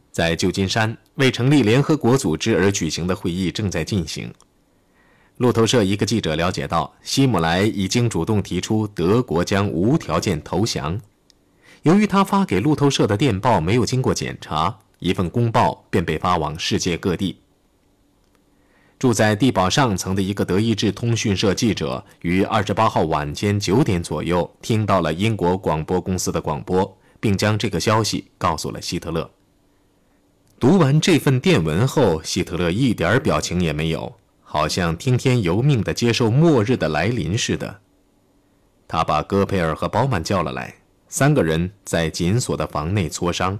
在旧金山，为成立联合国组织而举行的会议正在进行。路透社一个记者了解到，希姆莱已经主动提出德国将无条件投降。由于他发给路透社的电报没有经过检查，一份公报便被发往世界各地。住在地堡上层的一个德意志通讯社记者于28号晚间9点左右听到了英国广播公司的广播，并将这个消息告诉了希特勒。读完这份电文后，希特勒一点表情也没有，好像听天由命地接受末日的来临似的。他把戈培尔和鲍曼叫了来，3个人在紧锁的房内磋商。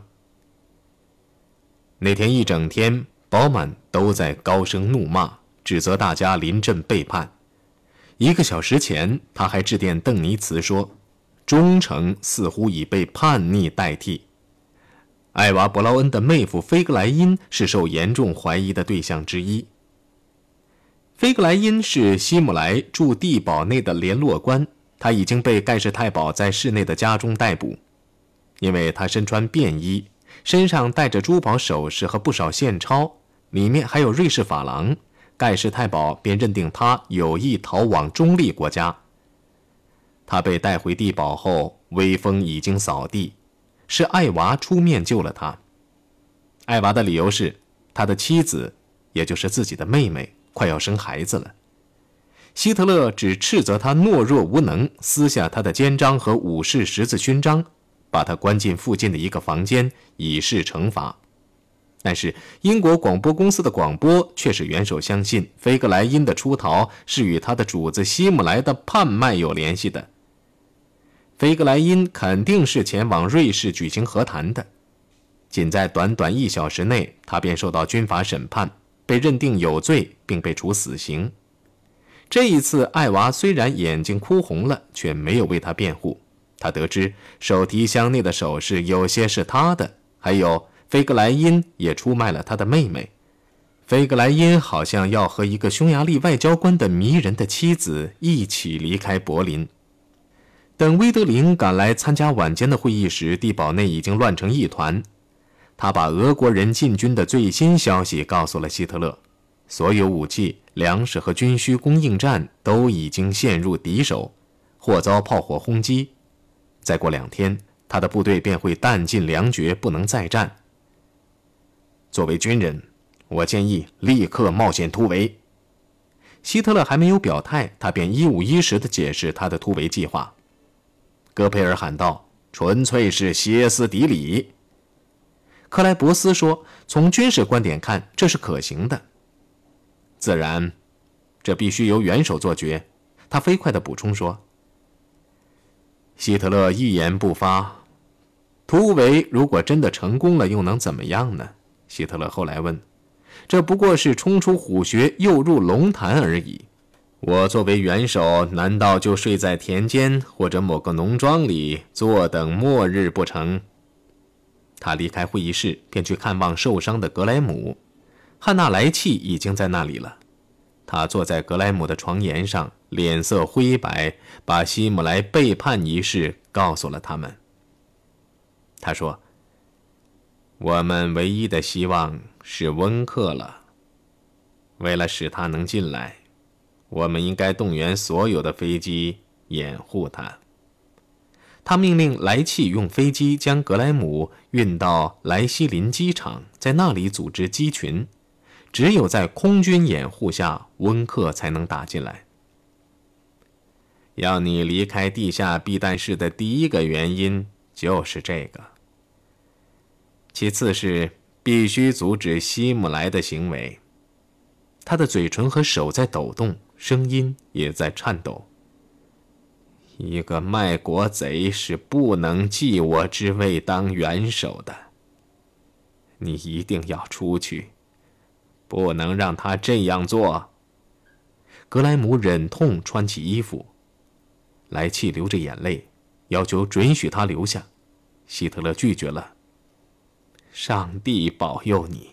那天一整天，鲍曼都在高声怒骂，指责大家临阵背叛。1个小时前，他还致电邓尼茨说，忠诚似乎已被叛逆代替。艾娃·伯劳恩的妹夫菲格莱因是受严重怀疑的对象之一。菲格莱因是希姆莱驻地堡内的联络官，他已经被盖世太保在市内的家中逮捕。因为他身穿便衣，身上带着珠宝首饰和不少现钞，里面还有瑞士法郎，盖世太保便认定他有意逃往中立国家。他被带回地堡后，威风已经扫地，是艾娃出面救了他。艾娃的理由是，他的妻子，也就是自己的妹妹，快要生孩子了。希特勒只斥责他懦弱无能，撕下他的肩章和武士十字勋章，把他关进附近的一个房间，以示惩罚。但是英国广播公司的广播却是元首相信菲格莱因的出逃是与他的主子希姆莱的叛卖有联系的。菲格莱因肯定是前往瑞士举行和谈的。仅在短短1小时内，他便受到军法审判，被认定有罪，并被处死刑。这一次，艾娃虽然眼睛哭红了，却没有为他辩护。他得知手提箱内的首饰有些是他的，还有菲格莱因也出卖了他的妹妹。菲格莱因好像要和一个匈牙利外交官的迷人的妻子一起离开柏林。等威德林赶来参加晚间的会议时，地堡内已经乱成一团。他把俄国人进军的最新消息告诉了希特勒，所有武器、粮食和军需供应站都已经陷入敌手，或遭炮火轰击。再过2天，他的部队便会弹尽粮绝，不能再战。作为军人，我建议立刻冒险突围。希特勒还没有表态，他便一五一十地解释他的突围计划。戈培尔喊道：“纯粹是歇斯底里。”克莱伯斯说：“从军事观点看，这是可行的。”自然，这必须由元首做决。他飞快地补充说。希特勒一言不发。突围如果真的成功了，又能怎么样呢？希特勒后来问。这不过是冲出虎穴，又入龙潭而已。我作为元首，难道就睡在田间或者某个农庄里，坐等末日不成？他离开会议室，便去看望受伤的格莱姆。汉娜莱契已经在那里了。他坐在格莱姆的床沿上，脸色灰白，把希姆莱背叛一事告诉了他们。他说：“我们唯一的希望是温克了。为了使他能进来，我们应该动员所有的飞机掩护他。”他命令莱契用飞机将格莱姆运到莱西林机场，在那里组织机群。只有在空军掩护下，温克才能打进来。要你离开地下避弹室的第一个原因就是这个。其次是必须阻止希姆莱的行为。他的嘴唇和手在抖动，声音也在颤抖。一个卖国贼是不能继我之位当元首的。你一定要出去，不能让他这样做。格莱姆忍痛穿起衣服，莱契流着眼泪，要求准许他留下。希特勒拒绝了。上帝保佑你。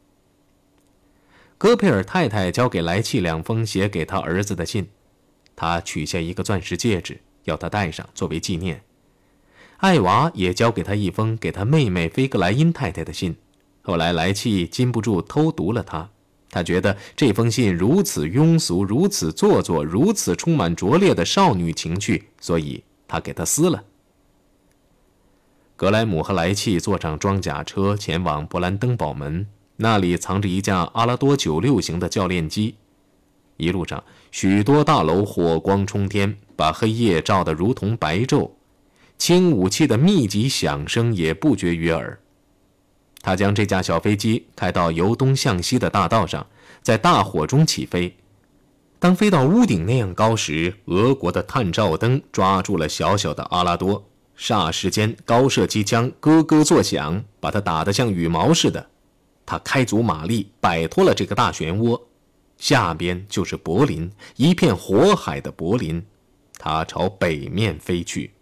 戈培尔太太交给莱契2封写给他儿子的信，他取下一个钻石戒指，要他戴上作为纪念。艾娃也交给他1封给他妹妹菲格莱因太太的信， 后来莱契禁不住偷读了它，他觉得这封信如此庸俗，如此做作，如此充满拙劣的少女情趣，所以他给它撕了。格莱姆和莱契坐上装甲车前往勃兰登堡门，那里藏着一架阿拉多96型的教练机。一路上，许多大楼火光冲天，把黑夜照得如同白昼，轻武器的密集响声也不绝于耳。他将这架小飞机开到由东向西的大道上，在大火中起飞。当飞到屋顶那样高时，俄国的探照灯抓住了小小的阿拉多，霎时间高射机枪咯咯作响，把它打得像羽毛似的。他开足马力摆脱了这个大漩涡，下边就是柏林，一片火海的柏林。他朝北面飞去。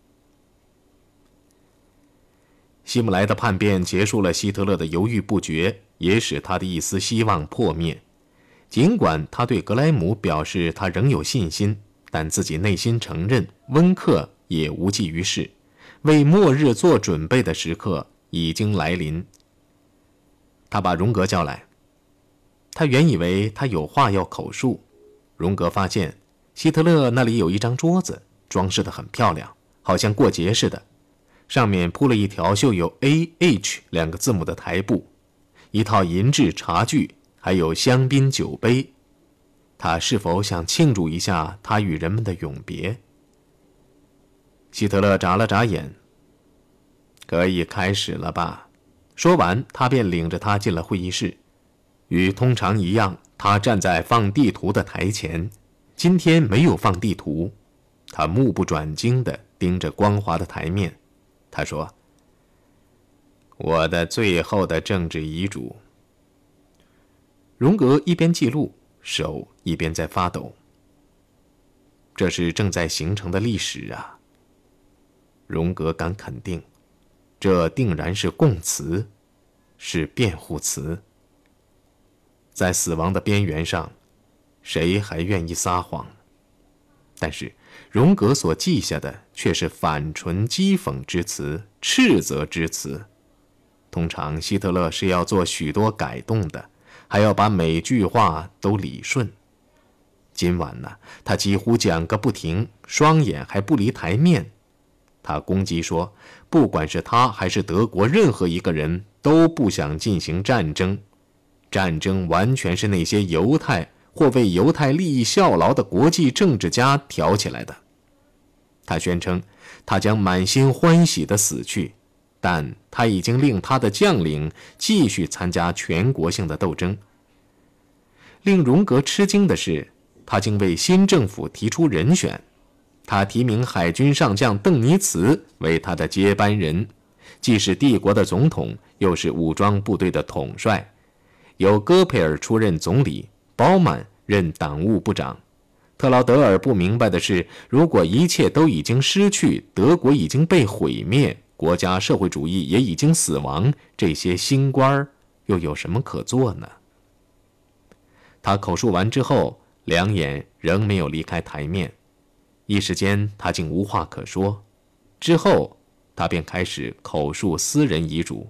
希姆莱的叛变结束了希特勒的犹豫不决，也使他的一丝希望破灭。尽管他对格莱姆表示他仍有信心，但自己内心承认温克也无济于事，为末日做准备的时刻已经来临。他把荣格叫来，他原以为他有话要口述。荣格发现希特勒那里有一张桌子，装饰得很漂亮，好像过节似的，上面铺了一条绣有 AH 2个字母的台布，一套银质茶具，还有香槟酒杯。他是否想庆祝一下他与人们的永别？希特勒眨了眨眼，可以开始了吧？说完，他便领着他进了会议室。与通常一样，他站在放地图的台前，今天没有放地图。他目不转睛地盯着光滑的台面。他说：“我的最后的政治遗嘱。”荣格一边记录，手一边在发抖。这是正在形成的历史啊！荣格敢肯定，这定然是供词，是辩护词。在死亡的边缘上，谁还愿意撒谎？但是荣格所记下的却是反唇讥讽之词，斥责之词。通常希特勒是要做许多改动的，还要把每句话都理顺。今晚呢，他几乎讲个不停，双眼还不离台面。他攻击说，不管是他还是德国任何一个人都不想进行战争，战争完全是那些犹太或为犹太利益效劳的国际政治家挑起来的。他宣称他将满心欢喜地死去，但他已经令他的将领继续参加全国性的斗争。令荣格吃惊的是，他竟为新政府提出人选。他提名海军上将邓尼茨为他的接班人，既是帝国的总统，又是武装部队的统帅。由戈培尔出任总理，鲍曼任党务部长。特劳德尔不明白的是，如果一切都已经失去，德国已经被毁灭，国家社会主义也已经死亡，这些新官又有什么可做呢？他口述完之后，两眼仍没有离开台面，一时间他竟无话可说。之后他便开始口述私人遗嘱。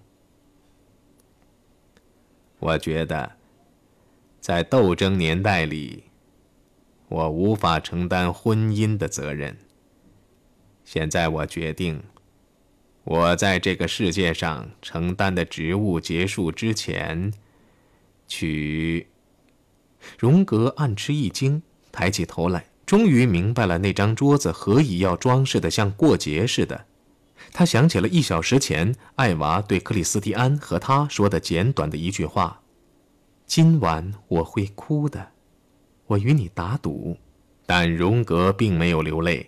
我觉得在斗争年代里，我无法承担婚姻的责任。现在我决定，我在这个世界上承担的职务结束之前，荣格暗吃一惊，抬起头来，终于明白了那张桌子何以要装饰得像过节似的。他想起了1小时前艾娃对克里斯蒂安和他说的简短的一句话：今晚我会哭的，我与你打赌。但荣格并没有流泪。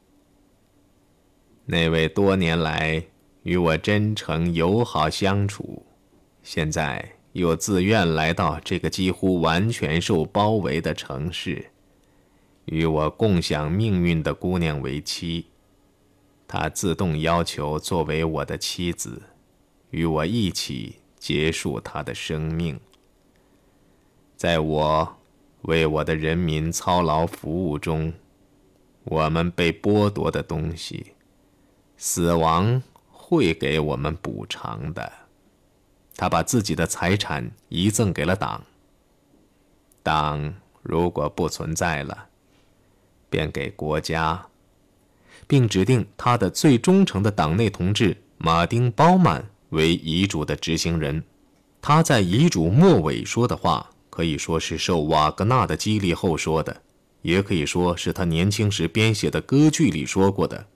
那位多年来与我真诚友好相处，现在又自愿来到这个几乎完全受包围的城市，与我共享命运的姑娘为妻。她自动要求作为我的妻子，与我一起结束她的生命。在我为我的人民操劳服务中，我们被剥夺的东西，死亡会给我们补偿的。 他把自己的财产遗赠给了党。党如果不存在了，便给国家，并指定他的最忠诚的党内同志马丁·褒曼为遗嘱的执行人。他在遗嘱末尾说的话，可以说是受瓦格纳的激励后说的，也可以说是他年轻时编写的歌剧里说过的。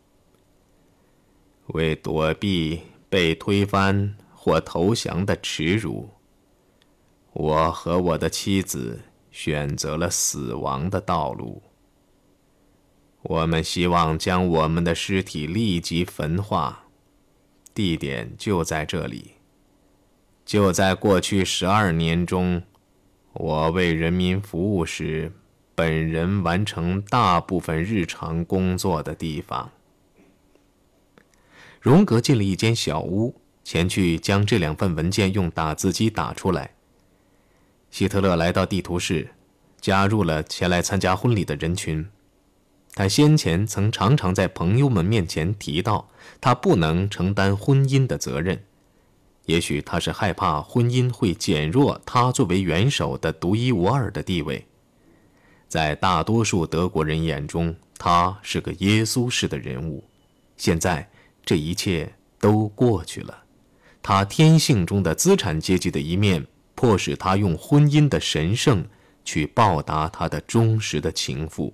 为躲避被推翻或投降的耻辱，我和我的妻子选择了死亡的道路。我们希望将我们的尸体立即焚化，地点就在这里。就在过去12年中，我为人民服务时，本人完成大部分日常工作的地方。荣格进了一间小屋，前去将这2份文件用打字机打出来。希特勒来到地图室，加入了前来参加婚礼的人群。他先前曾常常在朋友们面前提到，他不能承担婚姻的责任。也许他是害怕婚姻会减弱他作为元首的独一无二的地位。在大多数德国人眼中，他是个耶稣式的人物。现在这一切都过去了，他天性中的资产阶级的一面迫使他用婚姻的神圣去报答他的忠实的情妇。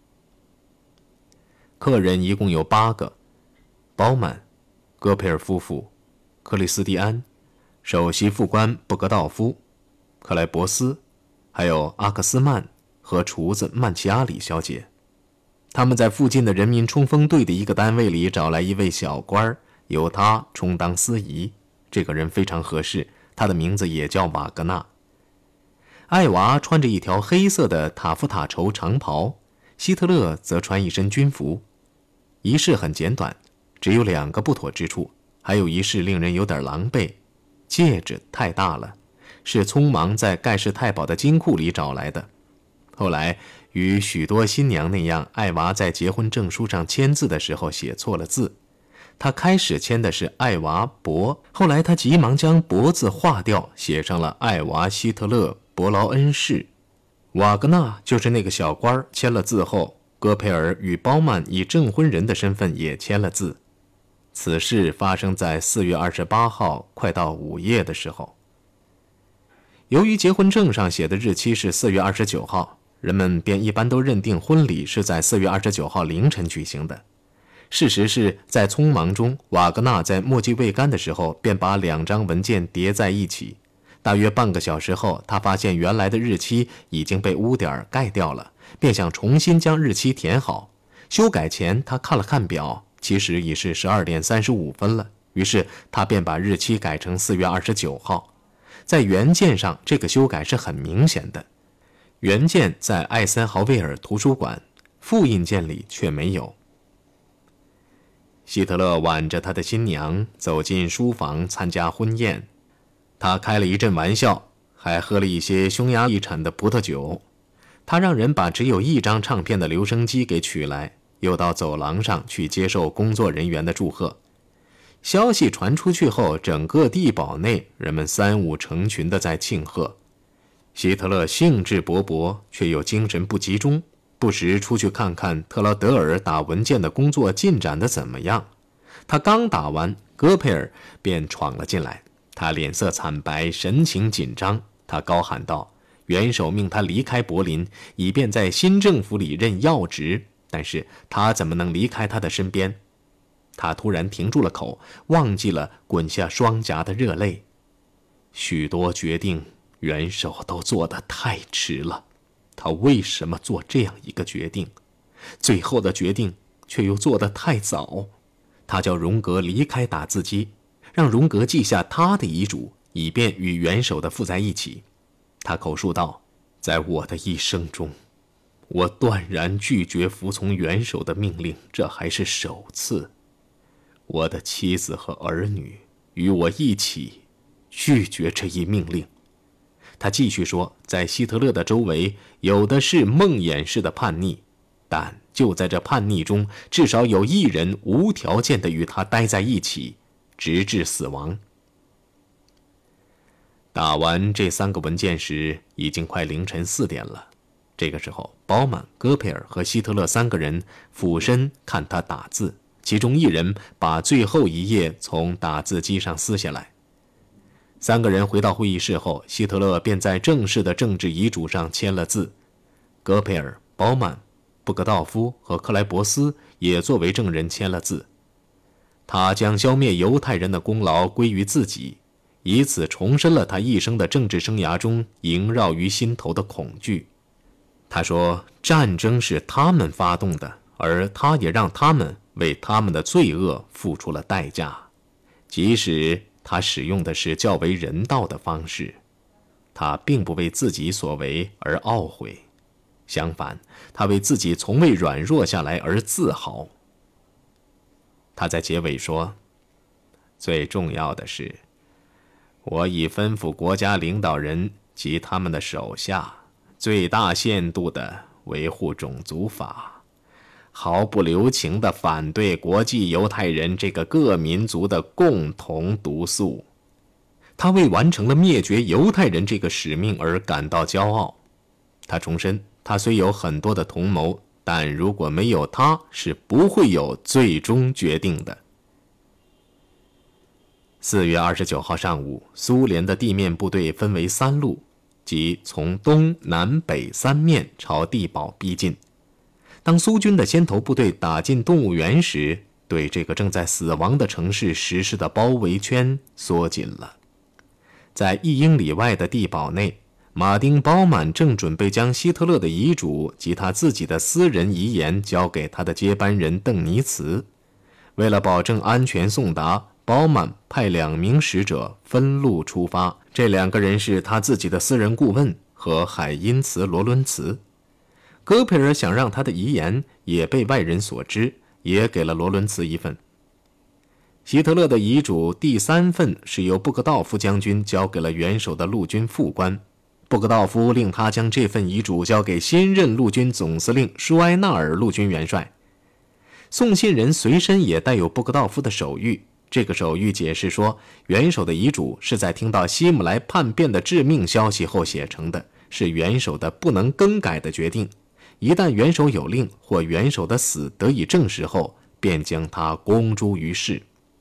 客人一共有8个：褒曼、戈培尔夫妇、克里斯蒂安、首席副官布格道夫、克莱伯斯，还有阿克斯曼和厨子曼奇阿里小姐。他们在附近的人民冲锋队的一个单位里找来一位小官，由他充当司仪。这个人非常合适，他的名字也叫瓦格纳。艾娃穿着一条黑色的塔夫塔绸长袍，希特勒则穿一身军服。仪式很简短，只有2个不妥之处，还有一事令人有点狼狈，戒指太大了，是匆忙在盖世太保的金库里找来的。后来与许多新娘那样，艾娃在结婚证书上签字的时候写错了字。他开始签的是艾娃伯，后来他急忙将伯字划掉，写上了艾娃希特勒伯劳恩氏。瓦格纳就是那个小官，签了字后，戈培尔与褒曼以证婚人的身份也签了字。此事发生在4月28号，快到午夜的时候。由于结婚证上写的日期是4月29号，人们便一般都认定婚礼是在4月29号凌晨举行的。事实是在匆忙中，瓦格纳在墨迹未干的时候，便把2张文件叠在一起。大约半个小时后，他发现原来的日期已经被污点盖掉了，便想重新将日期填好。修改前，他看了看表，其实已是12点35分了。于是他便把日期改成4月29号。在原件上，这个修改是很明显的。原件在艾森豪威尔图书馆，复印件里却没有。希特勒挽着他的新娘走进书房参加婚宴，他开了一阵玩笑，还喝了一些匈牙利产的葡萄酒。他让人把只有1张唱片的留声机给取来，又到走廊上去接受工作人员的祝贺。消息传出去后，整个地堡内人们3、5成群的在庆贺。希特勒兴致勃勃，却又精神不集中，不时出去看看特劳德尔打文件的工作进展得怎么样。他刚打完，戈培尔便闯了进来。他脸色惨白，神情紧张。他高喊道：元首命他离开柏林，以便在新政府里任要职，但是他怎么能离开他的身边？他突然停住了口，忘记了滚下双颊的热泪。许多决定元首都做得太迟了，他为什么做这样一个决定？最后的决定却又做得太早。他叫荣格离开打字机，让荣格记下他的遗嘱，以便与元首的附在一起。他口述道：在我的一生中，我断然拒绝服从元首的命令，这还是首次。我的妻子和儿女与我一起拒绝这一命令。他继续说，在希特勒的周围有的是梦魇式的叛逆，但就在这叛逆中，至少有1人无条件地与他待在一起，直至死亡。 打完这3个文件时，已经快凌晨4点了。这个时候，鲍曼、戈培尔和希特勒3个人俯身看他打字，其中一人把最后一页从打字机上撕下来。3个人回到会议室后，希特勒便在正式的政治遗嘱上签了字。戈培尔、鲍曼、布格道夫和克莱伯斯也作为证人签了字。他将消灭犹太人的功劳归于自己，以此重申了他一生的政治生涯中萦绕于心头的恐惧。他说，战争是他们发动的，而他也让他们为他们的罪恶付出了代价，即使他使用的是较为人道的方式。他并不为自己所为而懊悔，相反，他为自己从未软弱下来而自豪。他在结尾说，最重要的是，我已吩咐国家领导人及他们的手下最大限度地维护种族法，毫不留情地反对国际犹太人这个各民族的共同毒素。他为完成了灭绝犹太人这个使命而感到骄傲。他重申，他虽有很多的同谋，但如果没有他，是不会有最终决定的。4月29号上午，苏联的地面部队分为3路，即从东南北3面朝地堡逼近。当苏军的先头部队打进动物园时，对这个正在死亡的城市实施的包围圈缩紧了。在1英里外的地堡内，马丁·鲍曼正准备将希特勒的遗嘱及他自己的私人遗言交给他的接班人邓尼茨。为了保证安全送达，鲍曼派2名使者分路出发，这2个人是他自己的私人顾问和海因茨·罗伦茨。戈培尔想让他的遗言也被外人所知，也给了罗伦茨一份。希特勒的遗嘱第3份是由布格道夫将军交给了元首的陆军副官，布格道夫令他将这份遗嘱交给新任陆军总司令舒埃纳尔陆军元帅。送信人随身也带有布格道夫的手谕，这个手谕解释说，元首的遗嘱是在听到希姆莱叛变的致命消息后写成的，是元首的不能更改的决定。一旦元首有令或元首的死得以证实后，便将他公诸于世。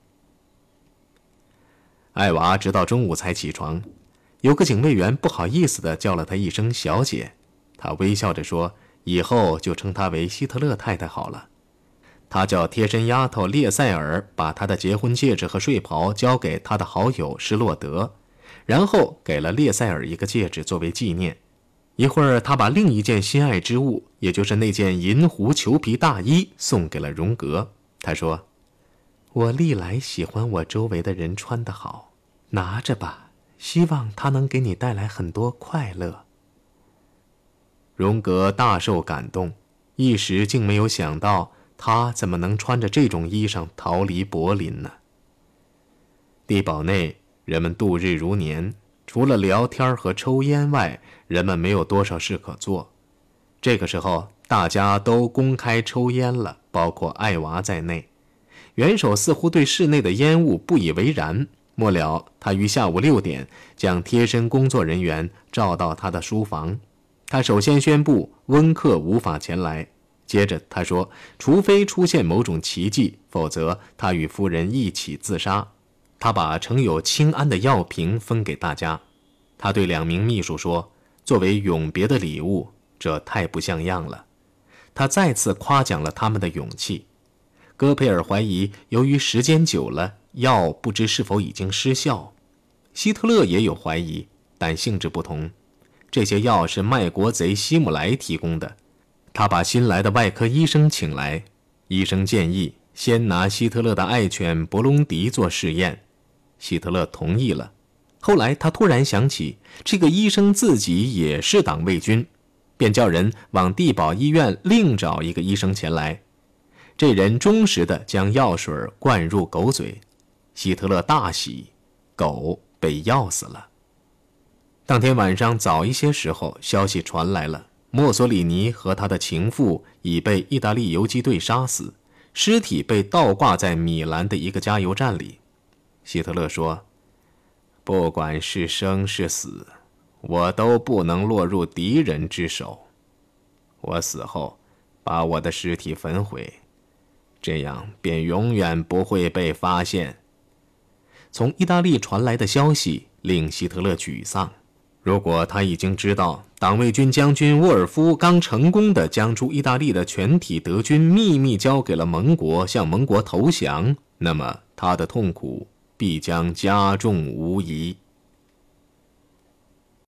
艾娃直到中午才起床，有个警卫员不好意思地叫了她一声小姐，她微笑着说，以后就称她为希特勒太太好了。她叫贴身丫头列塞尔把她的结婚戒指和睡袍交给她的好友施洛德，然后给了列塞尔一个戒指作为纪念。一会儿，他把另一件心爱之物，也就是那件银狐裘皮大衣送给了荣格。他说，我历来喜欢我周围的人穿得好，拿着吧，希望它能给你带来很多快乐。荣格大受感动，一时竟没有想到他怎么能穿着这种衣裳逃离柏林呢？地堡内，人们度日如年，除了聊天和抽烟外，人们没有多少事可做。这个时候，大家都公开抽烟了，包括艾娃在内。元首似乎对室内的烟雾不以为然，末了，他于下午6点将贴身工作人员召到他的书房。他首先宣布温克无法前来，接着他说，除非出现某种奇迹，否则他与夫人一起自杀。他把盛有氰胺的药瓶分给大家。他对2名秘书说，作为永别的礼物，这太不像样了。他再次夸奖了他们的勇气。戈培尔怀疑，由于时间久了，药不知是否已经失效。希特勒也有怀疑，但性质不同。这些药是卖国贼希姆莱提供的。他把新来的外科医生请来，医生建议先拿希特勒的爱犬博隆迪做试验。希特勒同意了。后来他突然想起，这个医生自己也是党卫军，便叫人往地堡医院另找一个医生前来。这人忠实地将药水灌入狗嘴，希特勒大喜，狗被药死了。当天晚上早一些时候，消息传来了，墨索里尼和他的情妇已被意大利游击队杀死，尸体被倒挂在米兰的一个加油站里。希特勒说， 不管是生是死，我都不能落入敌人之手。我死后，把我的尸体焚毁，这样便永远不会被发现。从意大利传来的消息令希特勒沮丧。如果他已经知道党卫军将军沃尔夫刚成功地将驻意大利的全体德军秘密交给了盟国，向盟国投降，那么他的痛苦必将加重无疑。